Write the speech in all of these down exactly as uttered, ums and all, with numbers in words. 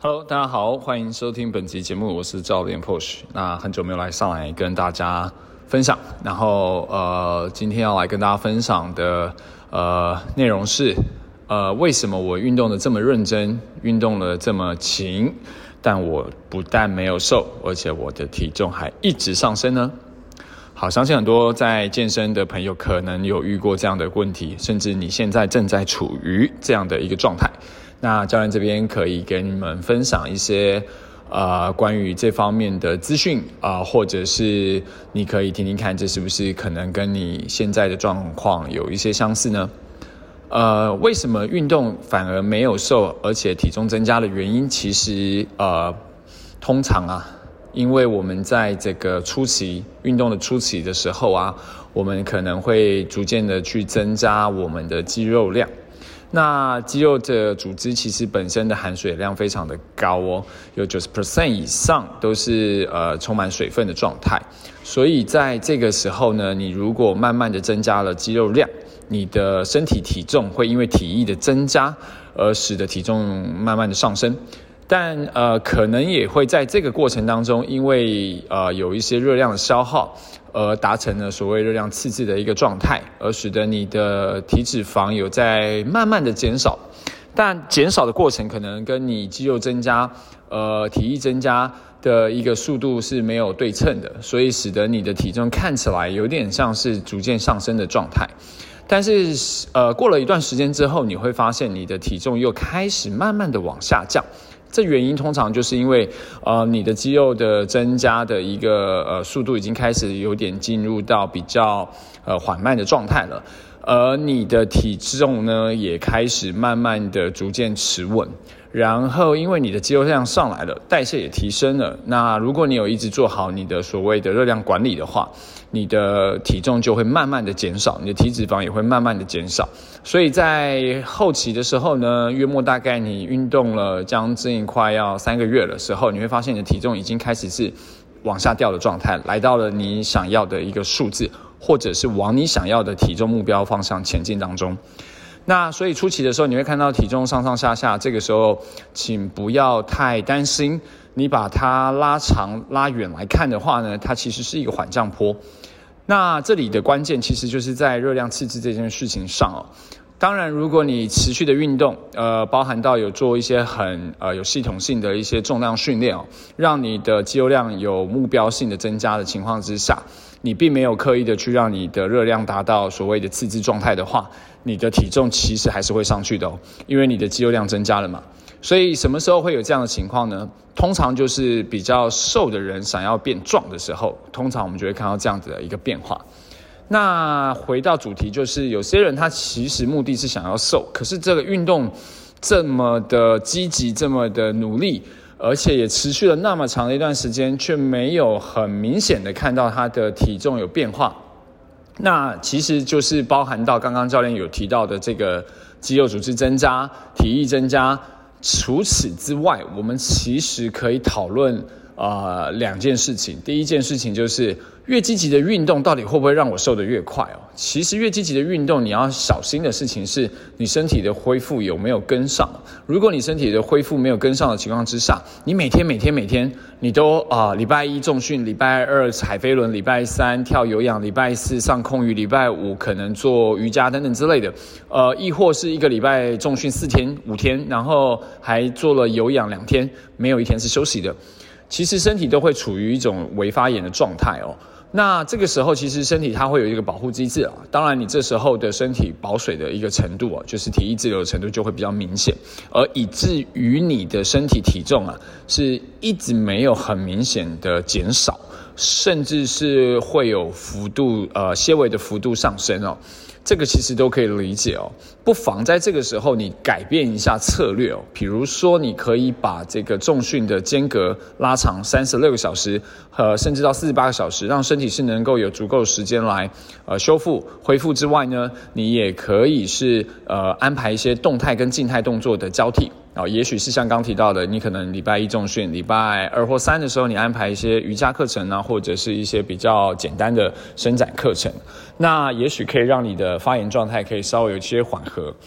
Hello， 大家好，欢迎收听本集节目，我是教练 Push。那很久没有来上来跟大家分享，然后呃，今天要来跟大家分享的呃内容是呃为什么我运动的这么认真，运动的这么勤，但我不但没有瘦，而且我的体重还一直上升呢？好，相信很多在健身的朋友可能有遇过这样的问题，甚至你现在正在处于这样的一个状态。那教练这边可以跟你们分享一些呃关于这方面的资讯啊、呃，或者是你可以听听看，这是不是可能跟你现在的状况有一些相似呢？呃，为什么运动反而没有瘦，而且体重增加的原因，其实呃通常啊，因为我们在这个初期运动的初期的时候啊，我们可能会逐渐的去增加我们的肌肉量。那肌肉的组织其实本身的含水量非常的高哦，有 百分之九十 以上都是呃充满水分的状态，所以在这个时候呢，你如果慢慢的增加了肌肉量，你的身体体重会因为体液的增加而使得体重慢慢的上升。但呃，可能也会在这个过程当中，因为呃有一些热量的消耗，而达成了所谓热量赤字的一个状态，而使得你的体脂肪有在慢慢的减少。但减少的过程可能跟你肌肉增加、呃体液增加的一个速度是没有对称的，所以使得你的体重看起来有点像是逐渐上升的状态。但是呃过了一段时间之后，你会发现你的体重又开始慢慢的往下降。这原因通常就是因为呃你的肌肉的增加的一个呃速度已经开始有点进入到比较呃缓慢的状态了，而你的体重呢也开始慢慢的逐渐持稳，然后因为你的肌肉量上来了，代谢也提升了，那如果你有一直做好你的所谓的热量管理的话，你的体重就会慢慢的减少，你的体脂肪也会慢慢的减少。所以在后期的时候呢，约莫大概你运动了将近快要三个月的时候，你会发现你的体重已经开始是往下掉的状态，来到了你想要的一个数字，或者是往你想要的体重目标方向前进当中。那所以初期的时候你会看到体重上上下下，这个时候请不要太担心，你把它拉长拉远来看的话呢，它其实是一个缓降坡。那这里的关键其实就是在热量赤字这件事情上哦。当然如果你持续的运动呃，包含到有做一些很呃有系统性的一些重量训练哦，让你的肌肉量有目标性的增加的情况之下，你并没有刻意的去让你的热量达到所谓的赤字状态的话，你的体重其实还是会上去的哦，因为你的肌肉量增加了嘛。所以什么时候会有这样的情况呢？通常就是比较瘦的人想要变壮的时候，通常我们就会看到这样子的一个变化。那回到主题，就是有些人他其实目的是想要瘦，可是这个运动这么的积极，这么的努力，而且也持续了那么长的一段时间，却没有很明显的看到他的体重有变化。那其实就是包含到刚刚教练有提到的这个肌肉组织增加、体液增加。除此之外，我们其实可以讨论呃两件事情。第一件事情就是越积极的运动到底会不会让我瘦得越快哦？其实越积极的运动，你要小心的事情是你身体的恢复有没有跟上。如果你身体的恢复没有跟上的情况之下，你每天每天每天你都啊、呃、礼拜一重训，礼拜二踩飞轮，礼拜三跳有氧，礼拜四上空余，礼拜五可能做瑜伽等等之类的，呃，亦或是一个礼拜重训四天五天，然后还做了有氧两天，没有一天是休息的。其实身体都会处于一种微发炎的状态哦。那这个时候其实身体它会有一个保护机制啊，当然你这时候的身体保水的一个程度啊，就是体液滞留的程度就会比较明显，而以至于你的身体体重啊是一直没有很明显的减少，甚至是会有幅度呃些微的幅度上升哦。这个其实都可以理解哦，不妨在这个时候你改变一下策略哦，比如说你可以把这个重训的间隔拉长三十六个小时，呃，甚至到四十八个小时，让身体是能够有足够的时间来呃修复恢复之外呢，你也可以是呃安排一些动态跟静态动作的交替。哦，也许是像刚提到的，你可能礼拜一重训，礼拜二或三的时候，你安排一些瑜伽课程啊，或者是一些比较简单的伸展课程，那也许可以让你的发炎状态可以稍微有一些缓和。好，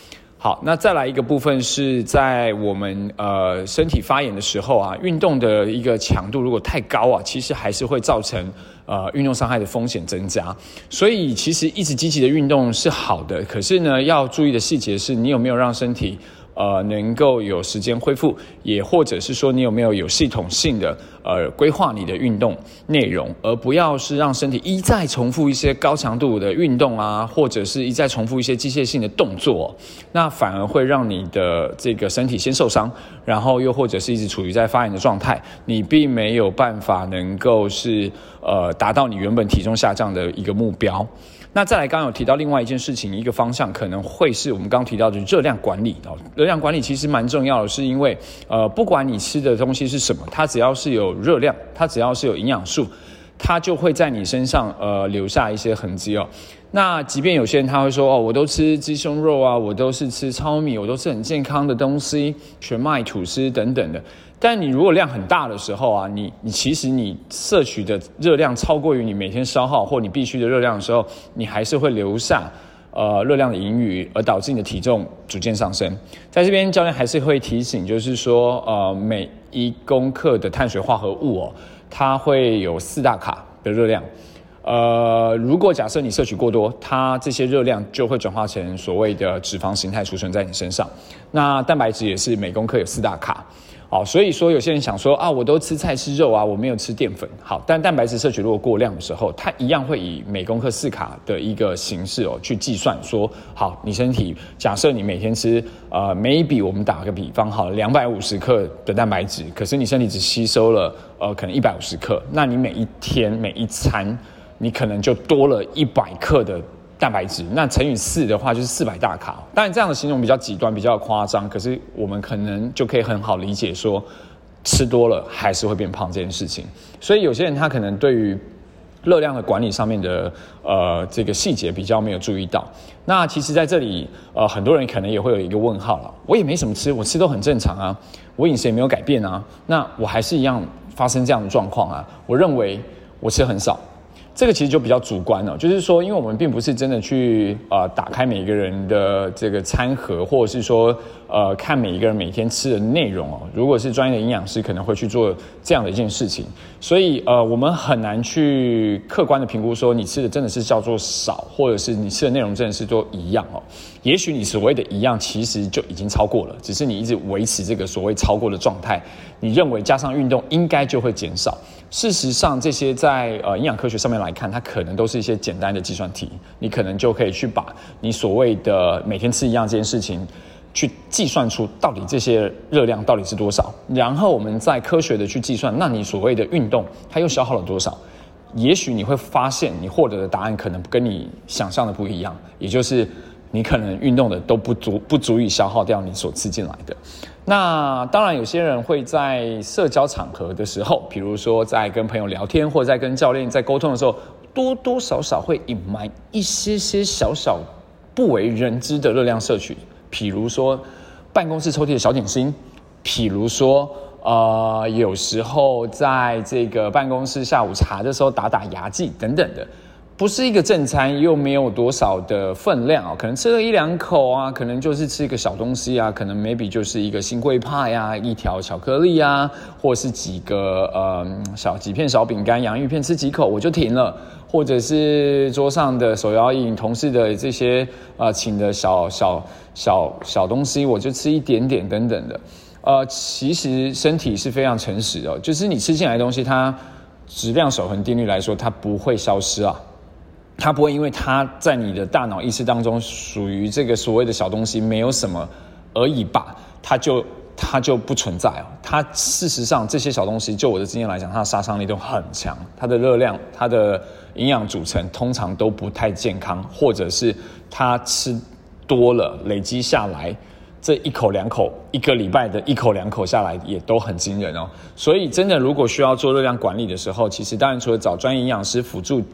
好，那再来一个部分是在我们呃身体发炎的时候啊，运动的一个强度如果太高啊，其实还是会造成呃运动伤害的风险增加。所以其实一直积极的运动是好的，可是呢要注意的细节是你有没有让身体呃能够有时间恢复，也或者是说你有没有有系统性的呃规划你的运动内容，而不要是让身体一再重复一些高强度的运动啊，或者是一再重复一些机械性的动作，那反而会让你的这个身体先受伤，然后又或者是一直处于在发炎的状态，你并没有办法能够是呃达到你原本体重下降的一个目标。那再来，刚刚有提到另外一件事情，一个方向可能会是我们刚刚提到的热量管理。热量管理其实蛮重要的，是因为呃，不管你吃的东西是什么，它只要是有热量，它只要是有营养素，它就会在你身上呃留下一些痕迹哦。那即便有些人他会说哦，我都吃鸡胸肉啊，我都是吃糙米，我都是很健康的东西，全麦吐司等等的。但你如果量很大的时候啊，你你其实你摄取的热量超过于你每天消耗或你必须的热量的时候，你还是会留下呃热量的盈余，而导致你的体重逐渐上升。在这边教练还是会提醒，就是说呃每一公克的碳水化合物哦，它会有四大卡的热量。呃，如果假设你摄取过多，它这些热量就会转化成所谓的脂肪形态储存在你身上。那蛋白质也是每公克有四大卡。好，所以说有些人想说啊，我都吃菜吃肉啊，我没有吃淀粉。好，但蛋白质摄取如果过量的时候，它一样会以每公克四卡的一个形式哦去计算说，好，你身体假设你每天吃呃 maybe 我们打个比方好，两百五十克的蛋白质，可是你身体只吸收了呃可能一百五十克，那你每一天每一餐你可能就多了一百克的蛋白质，那乘以四的话就是四百大卡。当然这样的形容比较极端比较夸张，可是我们可能就可以很好理解说吃多了还是会变胖这件事情。所以有些人他可能对于热量的管理上面的呃这个细节比较没有注意到。那其实在这里呃很多人可能也会有一个问号了，我也没什么吃，我吃都很正常啊，我饮食也没有改变啊，那我还是一样发生这样的状况啊。我认为我吃很少，这个其实就比较主观了，就是说因为我们并不是真的去呃打开每一个人的这个餐盒，或者是说呃看每一个人每天吃的内容哦。如果是专业的营养师可能会去做这样的一件事情，所以呃我们很难去客观的评估说你吃的真的是叫做少，或者是你吃的内容真的是都一样哦。也许你所谓的一样其实就已经超过了，只是你一直维持这个所谓超过的状态，你认为加上运动应该就会减少。事实上这些在呃营养科学上面来看，它可能都是一些简单的计算题，你可能就可以去把你所谓的每天吃一样这件事情去计算出到底这些热量到底是多少，然后我们再科学的去计算，那你所谓的运动它又消耗了多少。也许你会发现你获得的答案可能跟你想象的不一样，也就是你可能运动的都不足不足以消耗掉你所吃进来的。那当然有些人会在社交场合的时候，比如说在跟朋友聊天，或者在跟教练在沟通的时候，多多少少会隐瞒一些些小小不为人知的热量摄取，比如说办公室抽屉的小点心，比如说呃有时候在这个办公室下午茶的时候打打牙祭等等的。不是一个正餐，又没有多少的分量，可能吃了一两口啊，可能就是吃一个小东西啊，可能 maybe 就是一个新贵派啊，一条巧克力啊，或是几个呃小几片小饼干、洋芋片，吃几口我就停了，或者是桌上的手摇饮、同事的这些呃请的小小小小东西，我就吃一点点等等的。呃，其实身体是非常诚实的，就是你吃进来的东西，它质量守恒定律来说，它不会消失啊。它不会因为它在你的大脑意识当中属于这个所谓的小东西没有什么而已吧，它就它就不存在哦。它事实上这些小东西，就我的经验来讲，它的杀伤力都很强，它的热量、它的营养组成通常都不太健康，或者是它吃多了累积下来，这一口两口，一个礼拜的一口两口下来也都很惊人哦。所以真的如果需要做热量管理的时候，其实当然除了找专业营养师辅助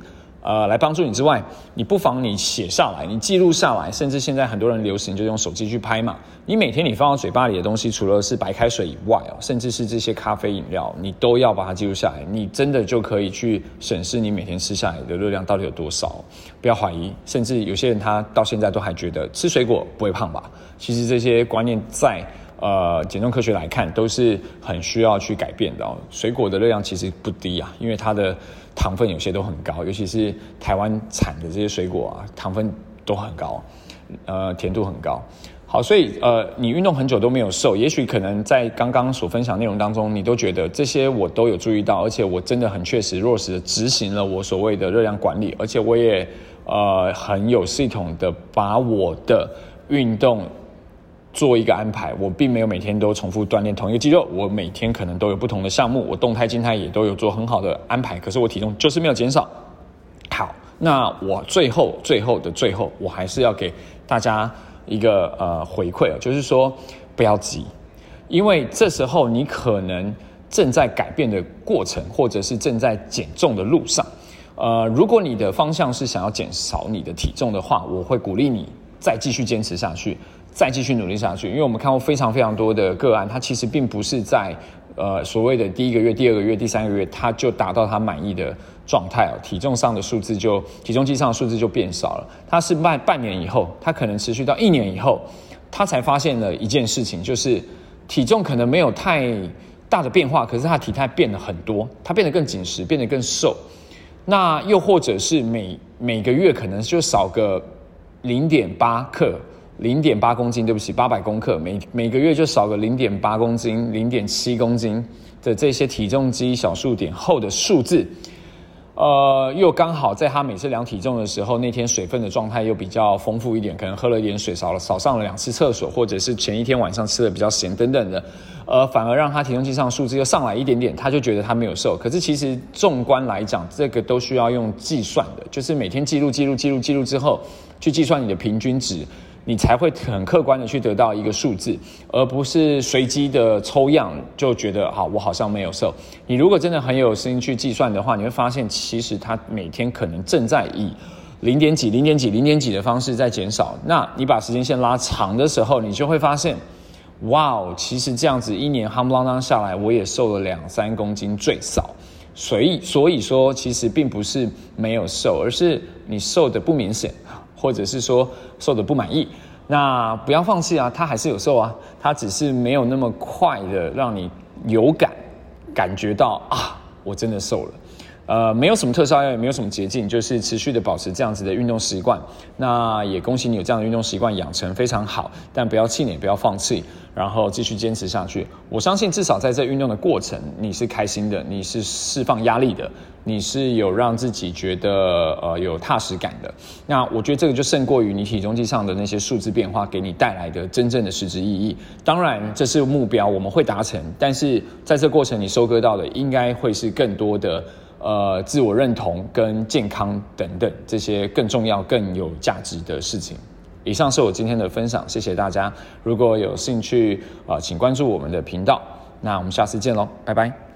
呃，来帮助你之外，你不妨你写下来，你记录下来，甚至现在很多人流行就用手机去拍嘛。你每天你放到嘴巴里的东西，除了是白开水以外哦，甚至是这些咖啡饮料，你都要把它记录下来。你真的就可以去审视你每天吃下来的热量到底有多少，不要怀疑。甚至有些人他到现在都还觉得吃水果不会胖吧？其实这些观念在呃，减重科学来看，都是很需要去改变的哦。水果的热量其实不低啊，因为它的糖分有些都很高，尤其是台湾产的这些水果啊，糖分都很高，呃，甜度很高。好，所以呃，你运动很久都没有瘦，也许可能在刚刚所分享内容当中，你都觉得这些我都有注意到，而且我真的很确实落实的执行了我所谓的热量管理，而且我也呃很有系统的把我的运动做一个安排，我并没有每天都重复锻炼同一个肌肉，我每天可能都有不同的项目，我动态静态也都有做很好的安排，可是我体重就是没有减少。好，那我最后最后的最后，我还是要给大家一个呃回馈，就是说不要急，因为这时候你可能正在改变的过程，或者是正在减重的路上。呃，如果你的方向是想要减少你的体重的话，我会鼓励你再继续坚持下去，再继续努力下去。因为我们看过非常非常多的个案，他其实并不是在呃所谓的第一个月、第二个月、第三个月，他就达到他满意的状态哦，体重上的数字就体重机上的数字就变少了。他是半半年以后，他可能持续到一年以后，他才发现了一件事情，就是体重可能没有太大的变化，可是他体态变了很多，他变得更紧实，变得更瘦。那又或者是每每个月可能就少个零点八克。零点八公斤，对不起，八百公克，每每个月就少个零点八公斤、零点七公斤的这些体重机小数点后的数字，呃，又刚好在他每次量体重的时候，那天水分的状态又比较丰富一点，可能喝了一点水，少了少上了两次厕所，或者是前一天晚上吃的比较咸等等的，呃，反而让他体重机上的数字又上来一点点，他就觉得他没有瘦。可是其实纵观来讲，这个都需要用计算的，就是每天记录、记录、记录、记录之后，去计算你的平均值。你才会很客观的去得到一个数字，而不是随机的抽样就觉得好，我好像没有瘦。你如果真的很有心去计算的话，你会发现其实它每天可能正在以零点几、零点几、零点几的方式在减少。那你把时间线拉长的时候，你就会发现，哇哦，其实这样子一年夯不啷当下来，我也瘦了两三公斤最少。所以所以说，其实并不是没有瘦，而是你瘦的不明显。或者是说瘦的不满意，那不要放弃啊，他还是有瘦啊，他只是没有那么快的让你有感感觉到啊，我真的瘦了。呃，没有什么特效药，也没有什么捷径，就是持续的保持这样子的运动习惯。那也恭喜你有这样的运动习惯养成非常好，但不要气馁，不要放弃，然后继续坚持下去。我相信至少在这运动的过程，你是开心的，你是释放压力的，你是有让自己觉得呃有踏实感的。那我觉得这个就胜过于你体重计上的那些数字变化给你带来的真正的实质意义。当然这是目标，我们会达成，但是在这过程你收割到的应该会是更多的呃，自我认同跟健康等等这些更重要、更有价值的事情。以上是我今天的分享，谢谢大家。如果有兴趣，呃，请关注我们的频道。那我们下次见喽，拜拜。